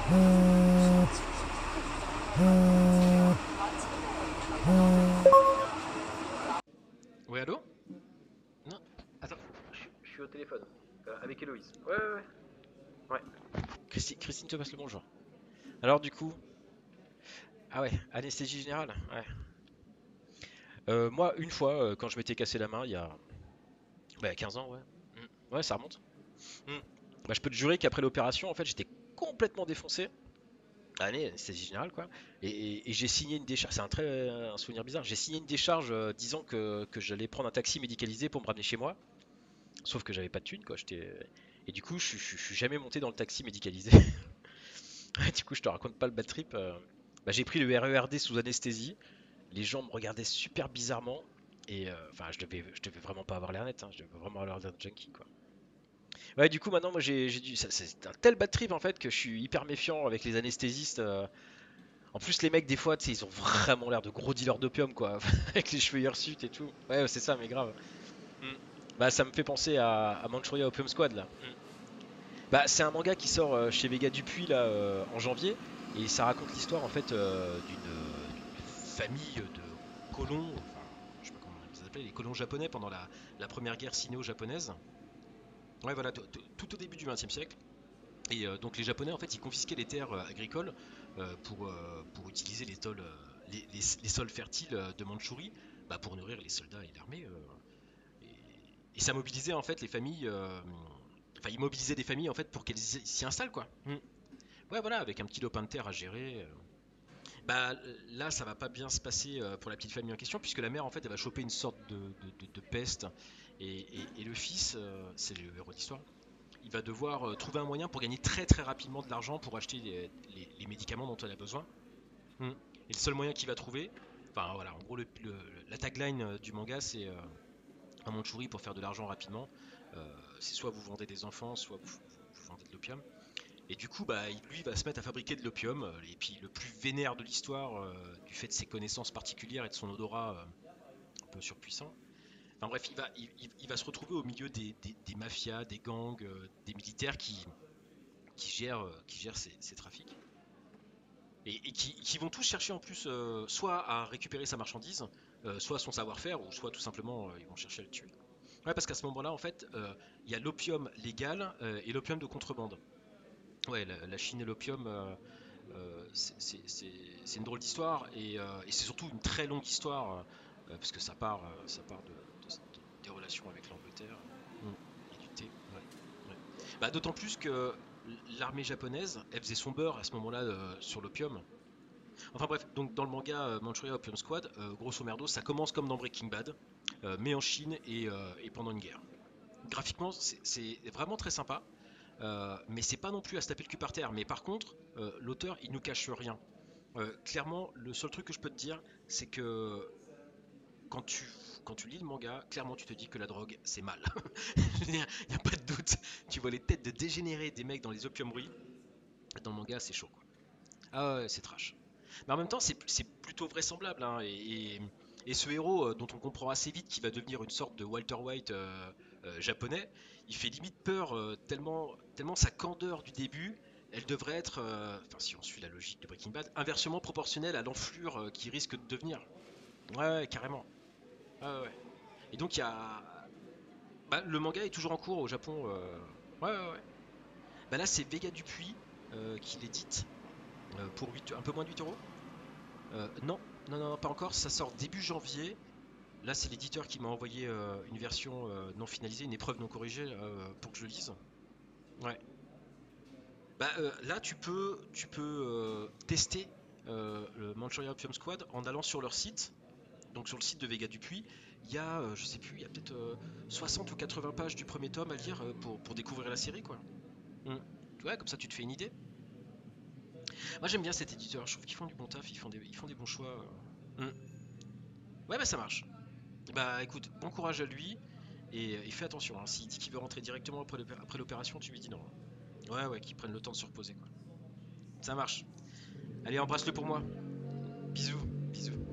Ouais, allô? Non, attends, je suis au téléphone avec Héloïse. Ouais, ouais, ouais. Ouais. Christine te passe le bonjour. Alors, du coup, ah ouais, anesthésie générale? Ouais. Moi, une fois, quand je m'étais cassé la main, il y a 15 ans, ouais. Ouais, ça remonte. Mm. Bah, je peux te jurer qu'après l'opération, en fait, j'étais complètement défoncé. Allez, anesthésie générale, quoi. Et j'ai signé une décharge. C'est un souvenir bizarre. J'ai signé une décharge disant que j'allais prendre un taxi médicalisé pour me ramener chez moi. Sauf que j'avais pas de thune, quoi. Et du coup, je suis jamais monté dans le taxi médicalisé. Du coup, je te raconte pas le bad trip. Bah, j'ai pris le RERD sous anesthésie. Les gens me regardaient super bizarrement. Et enfin, je devais vraiment pas avoir l'air net. Hein. Je devais vraiment avoir l'air d'un junkie, quoi. Ouais, du coup, maintenant, moi, j'ai dû. C'est un tel bad trip en fait que je suis hyper méfiant avec les anesthésistes. En plus, les mecs, des fois, tu sais, ils ont vraiment l'air de gros dealers d'opium, quoi. Avec les cheveux hirsutes et tout. Ouais, c'est ça, mais grave. Mm. Bah, ça me fait penser à Manchuria Opium Squad, là. Mm. Bah, c'est un manga qui sort chez Vega Dupuis là en janvier et ça raconte l'histoire en fait d'une famille de colons, enfin je sais pas comment on les appelait, les colons japonais pendant la première guerre sino-japonaise. Ouais voilà, tout au début du XXe siècle. Et donc les Japonais en fait ils confisquaient les terres agricoles pour utiliser les sols fertiles de Mandchourie bah, pour nourrir les soldats et l'armée. Et ça mobilisait en fait les familles. Enfin, ils mobilisaient des familles en fait pour qu'elles s'y installent quoi. Ouais, voilà, avec un petit lopin de terre à gérer. Bah là, ça va pas bien se passer pour la petite famille en question, puisque la mère, en fait, elle va choper une sorte de peste. Et le fils, c'est le héros de l'histoire, il va devoir trouver un moyen pour gagner très très rapidement de l'argent pour acheter les médicaments dont elle a besoin. Hmm. Et le seul moyen qu'il va trouver, enfin voilà, en gros, la tagline du manga, c'est en Mandchourie pour faire de l'argent rapidement. C'est soit vous vendez des enfants, soit vous vendez de l'opium. Et du coup, bah, lui va se mettre à fabriquer de l'opium. Et puis le plus vénère de l'histoire, du fait de ses connaissances particulières et de son odorat un peu surpuissant. Enfin bref, il va se retrouver au milieu des mafias, des gangs, des militaires qui gèrent ces trafics. Et qui vont tous chercher en plus soit à récupérer sa marchandise, soit son savoir-faire, ou soit tout simplement ils vont chercher à le tuer. Ouais, parce qu'à ce moment-là, en fait, il y a l'opium légal et l'opium de contrebande. Ouais, la Chine et l'opium, c'est une drôle d'histoire et c'est surtout une très longue histoire parce que ça part des relations avec l'Angleterre et du thé. Ouais, ouais. Bah, d'autant plus que l'armée japonaise, elle faisait son beurre à ce moment-là sur l'opium. Enfin bref, donc dans le manga Manchuria Opium Squad, grosso merdo, ça commence comme dans Breaking Bad, mais en Chine et pendant une guerre. Graphiquement, c'est vraiment très sympa. Mais c'est pas non plus à se taper le cul par terre. Mais par contre, l'auteur, il nous cache rien. Clairement, le seul truc que je peux te dire, c'est que quand tu, quand tu lis le manga, clairement, tu te dis que la drogue, c'est mal. Il n'y a pas de doute. Tu vois les têtes de dégénérés des mecs dans les opiumeries. Dans le manga, c'est chaud, quoi. Ah ouais, c'est trash. Mais en même temps, c'est plutôt vraisemblable. Hein, et ce héros, dont on comprend assez vite qu'il va devenir une sorte de Walter White japonais, il fait limite peur tellement sa candeur du début, elle devrait être, enfin si on suit la logique de Breaking Bad, inversement proportionnelle à l'enflure qu'il risque de devenir. Ouais, ouais, carrément. Ouais, ouais, ouais. Et donc il y a... Bah, le manga est toujours en cours au Japon. Ouais, ouais, ouais. Bah là, c'est Vega Dupuis qui l'édite pour un peu moins de 8 euros. Non, non, pas encore. Ça sort début janvier. Là, c'est l'éditeur qui m'a envoyé une version non finalisée, une épreuve non corrigée pour que je le lise. Ouais. Bah, là, tu peux tester le Manchuria Opium Squad en allant sur leur site. Donc sur le site de Vega Dupuis, il y a, je sais plus, il y a peut-être 60 ou 80 pages du premier tome à lire pour découvrir la série, quoi. Mm. Ouais, comme ça, tu te fais une idée. Moi, j'aime bien cet éditeur. Je trouve qu'ils font du bon taf, ils font des bons choix. Mm. Ouais, bah ça marche. Bah écoute, bon courage à lui et fais attention. Hein, s'il dit qu'il veut rentrer directement après l'opération, tu lui dis non. Ouais, ouais, qu'il prenne le temps de se reposer, quoi. Ça marche. Allez, embrasse-le pour moi. Bisous, bisous.